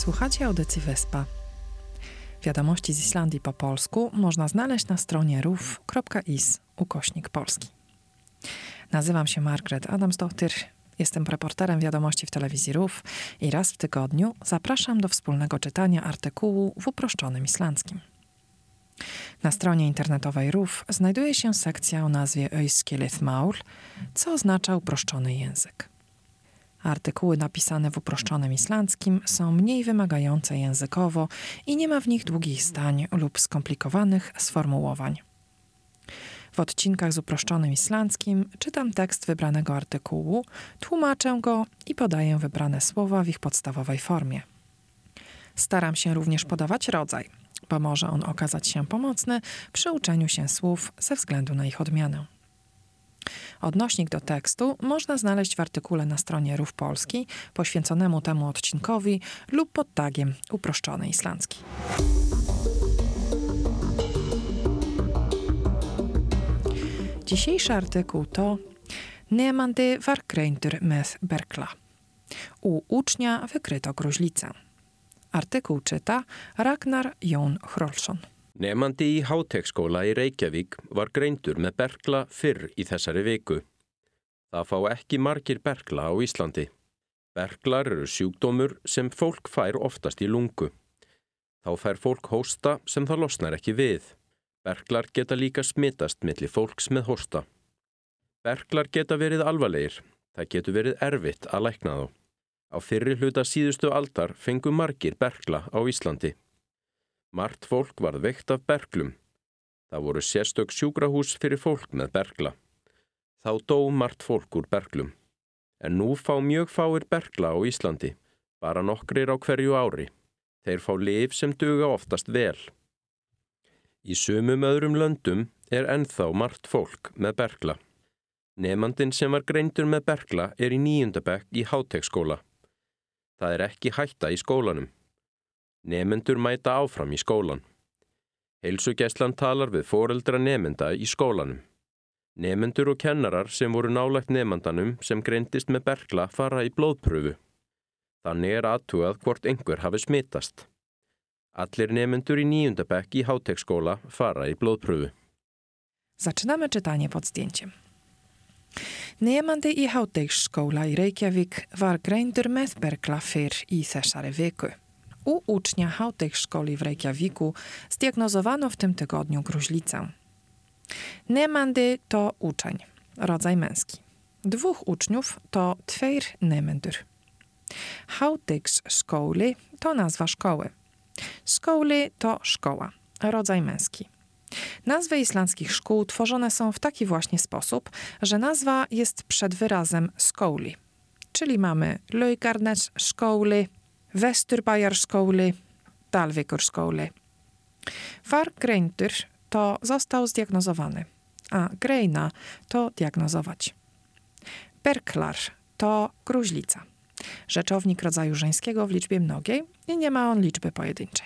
Słuchacie audycji Wyspa. Wiadomości z Islandii po polsku można znaleźć na stronie ruf.is/polski. Nazywam się Margaret Adamsdottir, jestem reporterem wiadomości w telewizji RUF i raz w tygodniu zapraszam do wspólnego czytania artykułu w uproszczonym islandzkim. Na stronie internetowej RUF znajduje się sekcja o nazwie Øyskilið mál, co oznacza uproszczony język. Artykuły napisane w uproszczonym islandzkim są mniej wymagające językowo i nie ma w nich długich zdań lub skomplikowanych sformułowań. W odcinkach z uproszczonym islandzkim czytam tekst wybranego artykułu, tłumaczę go i podaję wybrane słowa w ich podstawowej formie. Staram się również podawać rodzaj, bo może on okazać się pomocny przy uczeniu się słów ze względu na ich odmianę. Odnośnik do tekstu można znaleźć w artykule na stronie RUF Polski poświęconemu temu odcinkowi lub pod tagiem uproszczony islandzki. Dzisiejszy artykuł to Nemandi var greindur með berkla. U ucznia wykryto gruźlicę. Artykuł czyta Ragnar Jón Hrolfsson. Nemandi í Háteigsskóla í Reykjavík var greindur með berkla fyrr í þessari viku. Það fá ekki margir berkla á Íslandi. Berklar eru sjúkdómur sem fólk fær oftast í lungu. Þá fær fólk hósta sem það losnar ekki við. Berklar geta líka smitast milli fólks með hósta. Berklar geta verið alvarlegir. Það getur verið erfitt að lækna þá. Á fyrri hluta síðustu aldar fengu margir berkla á Íslandi. Margt fólk varð veikt af berklum. Það voru sérstök sjúkrahús fyrir fólk með berkla. Þá dó margt fólk úr berklum. En nú fá mjög fáir berkla á Íslandi, bara nokkrir á hverju ári. Þeir fá lyf sem duga oftast vel. Í sumum öðrum löndum ennþá margt fólk með berkla. Nemandinn sem var greindur með berkla í 9. bekk í Háteigsskóla. Það ekki hætta í skólanum. Nemendur mæta áfram í skólan. Heilsugæslan talar við foreldra nemenda í skólanum. Nemendur og kennarar sem voru nálægt nemandanum sem greindist með berkla fara í blóðprufu. Þannig athugað hvort einhver hafi smitast. Allir nemendur í 9. bekk í Háteigsskóla fara í blóðprufu. Zaczynamy czytanie pod zdjęciem. Nemandi í Háteigsskóla í Reykjavík var greindur með berkla fyrr í þessari viku. U ucznia Háteigsskóli w Reykjavíku zdiagnozowano w tym tygodniu gruźlicę. Nemandi to uczeń, rodzaj męski. Dwóch uczniów to tveir nemendur. Háteigsskóli to nazwa szkoły. Skóli to szkoła, rodzaj męski. Nazwy islandzkich szkół tworzone są w taki właśnie sposób, że nazwa jest przed wyrazem skóli. Czyli mamy Laugarnesskóli, Vesturbæjarskóli, Dalvíkurskóli. Var greindur to został zdiagnozowany, a greina to diagnozować. Berklar to gruźlica. Rzeczownik rodzaju żeńskiego w liczbie mnogiej i nie ma on liczby pojedynczej.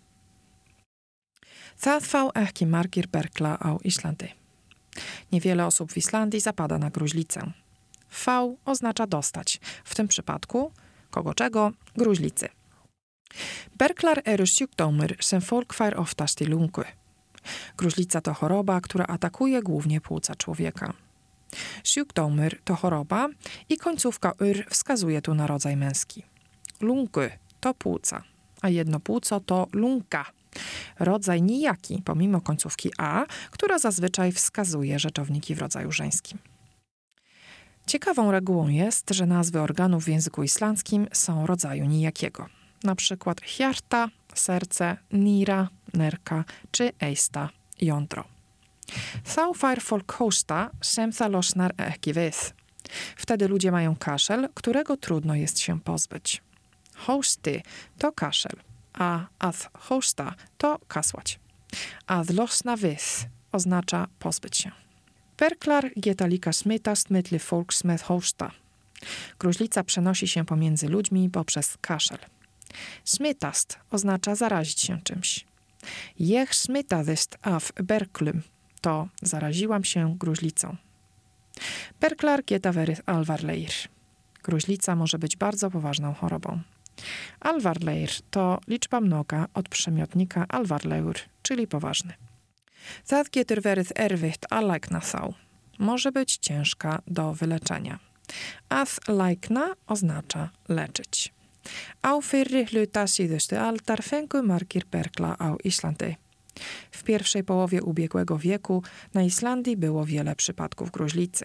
Það fá ekki margir berkla á Íslandi. Niewiele osób w Islandii zapada na gruźlicę. V oznacza dostać, w tym przypadku kogo czego? Gruźlicy. Berklar eru sjúkdómur sem fólk fær oftast í lungu. Gruźlica to choroba, która atakuje głównie płuca człowieka. Sjúkdómur to choroba i końcówka wskazuje tu na rodzaj męski. Lungu to płuca, a jedno płuco to lunga. Rodzaj nijaki, pomimo końcówki a, która zazwyczaj wskazuje rzeczowniki w rodzaju żeńskim. Ciekawą regułą jest, że nazwy organów w języku islandzkim są rodzaju nijakiego. Na przykład hjarta, serce, nira, nerka czy eista, jądro. Þá fær fólk hósta sem það losnar ekki við. Wtedy ludzie mają kaszel, którego trudno jest się pozbyć. Hósty to kaszel, a að hósta to kasłać. Að losna við oznacza pozbyć się. Berklar geta líka smitast milli fólks með hósta. Gruźlica przenosi się pomiędzy ludźmi poprzez kaszel. Smitast oznacza zarazić się czymś. Ég smitaðist af berklum to zaraziłam się gruźlicą. Berklar geta verið alvarlegir. Gruźlica może być bardzo poważną chorobą. Alvarleir to liczba mnoga od przymiotnika alvarlegur, czyli poważny. Það getur verið erfitt að lækna þá. Może być ciężka do wyleczenia. Að lækna oznacza leczyć. Á fyrri hluta síðustu aldar fengu margir berkla á Íslandi. W pierwszej połowie ubiegłego wieku na Islandii było wiele przypadków gruźlicy.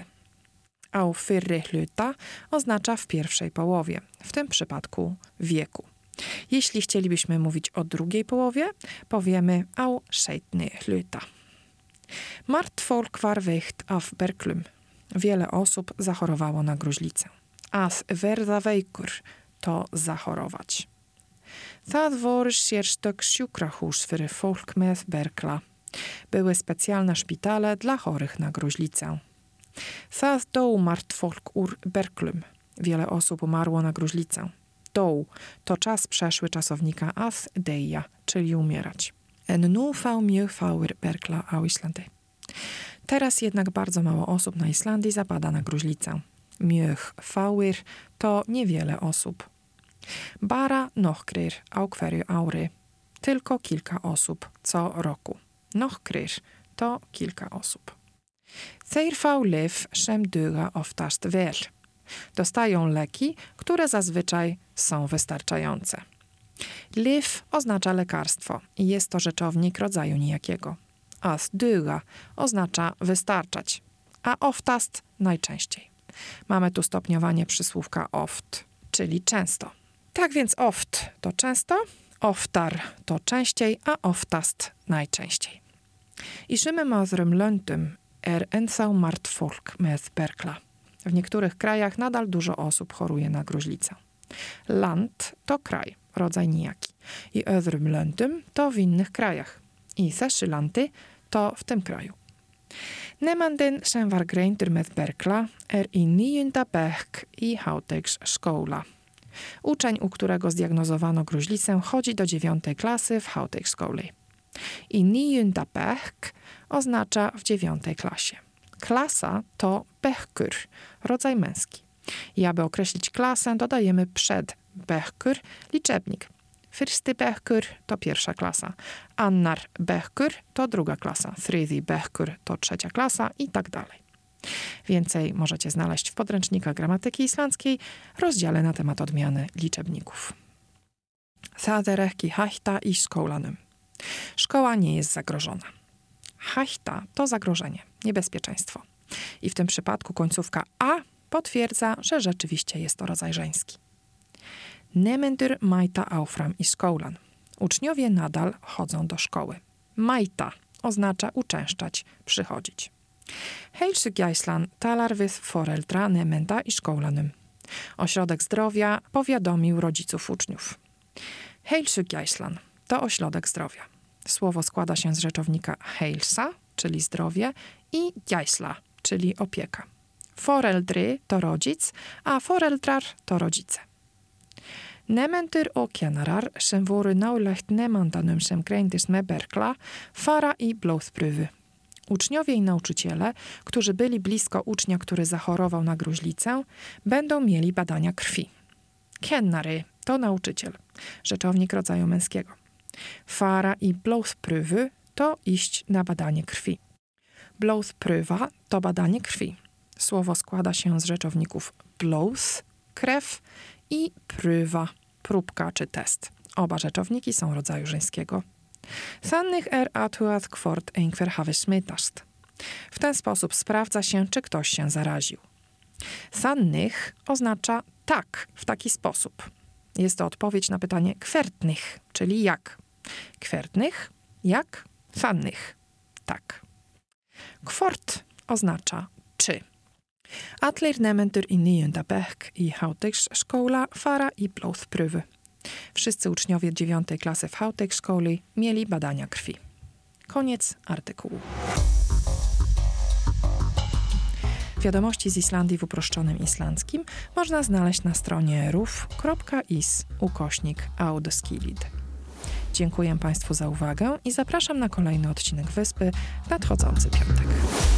Á fyrri hluta oznacza w pierwszej połowie, w tym przypadku wieku. Jeśli chcielibyśmy mówić o drugiej połowie, powiemy á seinni hluta. Margt folk var veikt af berklum. Wiele osób zachorowało na gruźlicę. Að verða veikur to zachorować. Það voru sérstök sjúkrahús fyrir fólk með berkla. Były specjalne szpitale dla chorych na gruźlicę. Það dó margt folk úr berklum. Wiele osób umarło na gruźlicę. Dó to czas przeszły czasownika að deyja, czyli umierać. En nú fá mjög fáir berkla á Íslandi. Teraz jednak bardzo mało osób na Islandii zapada na gruźlicę. Mjög fáir to niewiele osób. Bara nokkrir á hverju ári. Tylko kilka osób co roku. Nokkrir to kilka osób. Þeir fá lyf sem duga oftast vel. Dostają leki, które zazwyczaj są wystarczające. Lyf oznacza lekarstwo i jest to rzeczownik rodzaju nijakiego. Að duga oznacza wystarczać, a oftast najczęściej. Mamy tu stopniowanie przysłówka oft, czyli często. Tak więc oft to często, oftar to częściej, a oftast najczęściej. I szymym öðrum löndum ennþá margt folk með berkla. W niektórych krajach nadal dużo osób choruje na gruźlicę. Land to kraj, rodzaj nijaki. I öðrum löndum to w innych krajach. I þessi landi to w tym kraju. Nemandinn sem var greindur með berkla í 9. bekk í Háteigsskóla. Uczeń, u którego zdiagnozowano gruźlicę, chodzi do 9. klasy w Háteigsskóli. I 9. bekk oznacza w 9. klasie. Klasa to bekkur, rodzaj męski. I aby określić klasę, dodajemy przed bekkur liczebnik. Fyrsti bekkur to pierwsza klasa, annar bekkur to druga klasa, þriði bekkur to trzecia klasa i tak dalej. Więcej możecie znaleźć w podręcznikach gramatyki islandzkiej, rozdziale na temat odmiany liczebników. Það er ekki hætta í skólanum. Szkoła nie jest zagrożona. Hætta to zagrożenie, niebezpieczeństwo. I w tym przypadku końcówka a potwierdza, że rzeczywiście jest to rodzaj żeński. Nemendur mæta áfram í skólan. Uczniowie nadal chodzą do szkoły. Mæta oznacza uczęszczać, przychodzić. Heilsugæslan talar við foreldra nemenda í skólanum. Ośrodek zdrowia powiadomił rodziców uczniów. Heilsugæslan to ośrodek zdrowia. Słowo składa się z rzeczownika heilsa, czyli zdrowie, i gæsla, czyli opieka. Foreldry to rodzic, a foreldrar to rodzice. Nemendur og kennarar sem voru nálægt nemandanum sem greindist með berkla fara í blóðprufu. Uczniowie i nauczyciele, którzy byli blisko ucznia, który zachorował na gruźlicę, będą mieli badania krwi. Kennary to nauczyciel, rzeczownik rodzaju męskiego. Fara i blóðprufu to iść na badanie krwi. Blóðprufa to badanie krwi. Słowo składa się z rzeczowników blóð, krew, i pruwa, próbka czy test. Oba rzeczowniki są rodzaju żeńskiego. Þannig athugað hvort einhver hafi smitast. W ten sposób sprawdza się, czy ktoś się zaraził. Þannig oznacza tak, w taki sposób. Jest to odpowiedź na pytanie hvernig, czyli jak. Hvernig, jak, þannig, tak. Hvort oznacza czy. Allir nemendur í 9. bekk í Háteigsskóla fara í blóðprufu. Wszyscy uczniowie 9. klasy w Háteigsskóli mieli badania krwi. Koniec artykułu. Wiadomości z Islandii w uproszczonym islandzkim można znaleźć na stronie ruf.is/audskilid. Dziękuję Państwu za uwagę i zapraszam na kolejny odcinek Wyspy w nadchodzący piątek.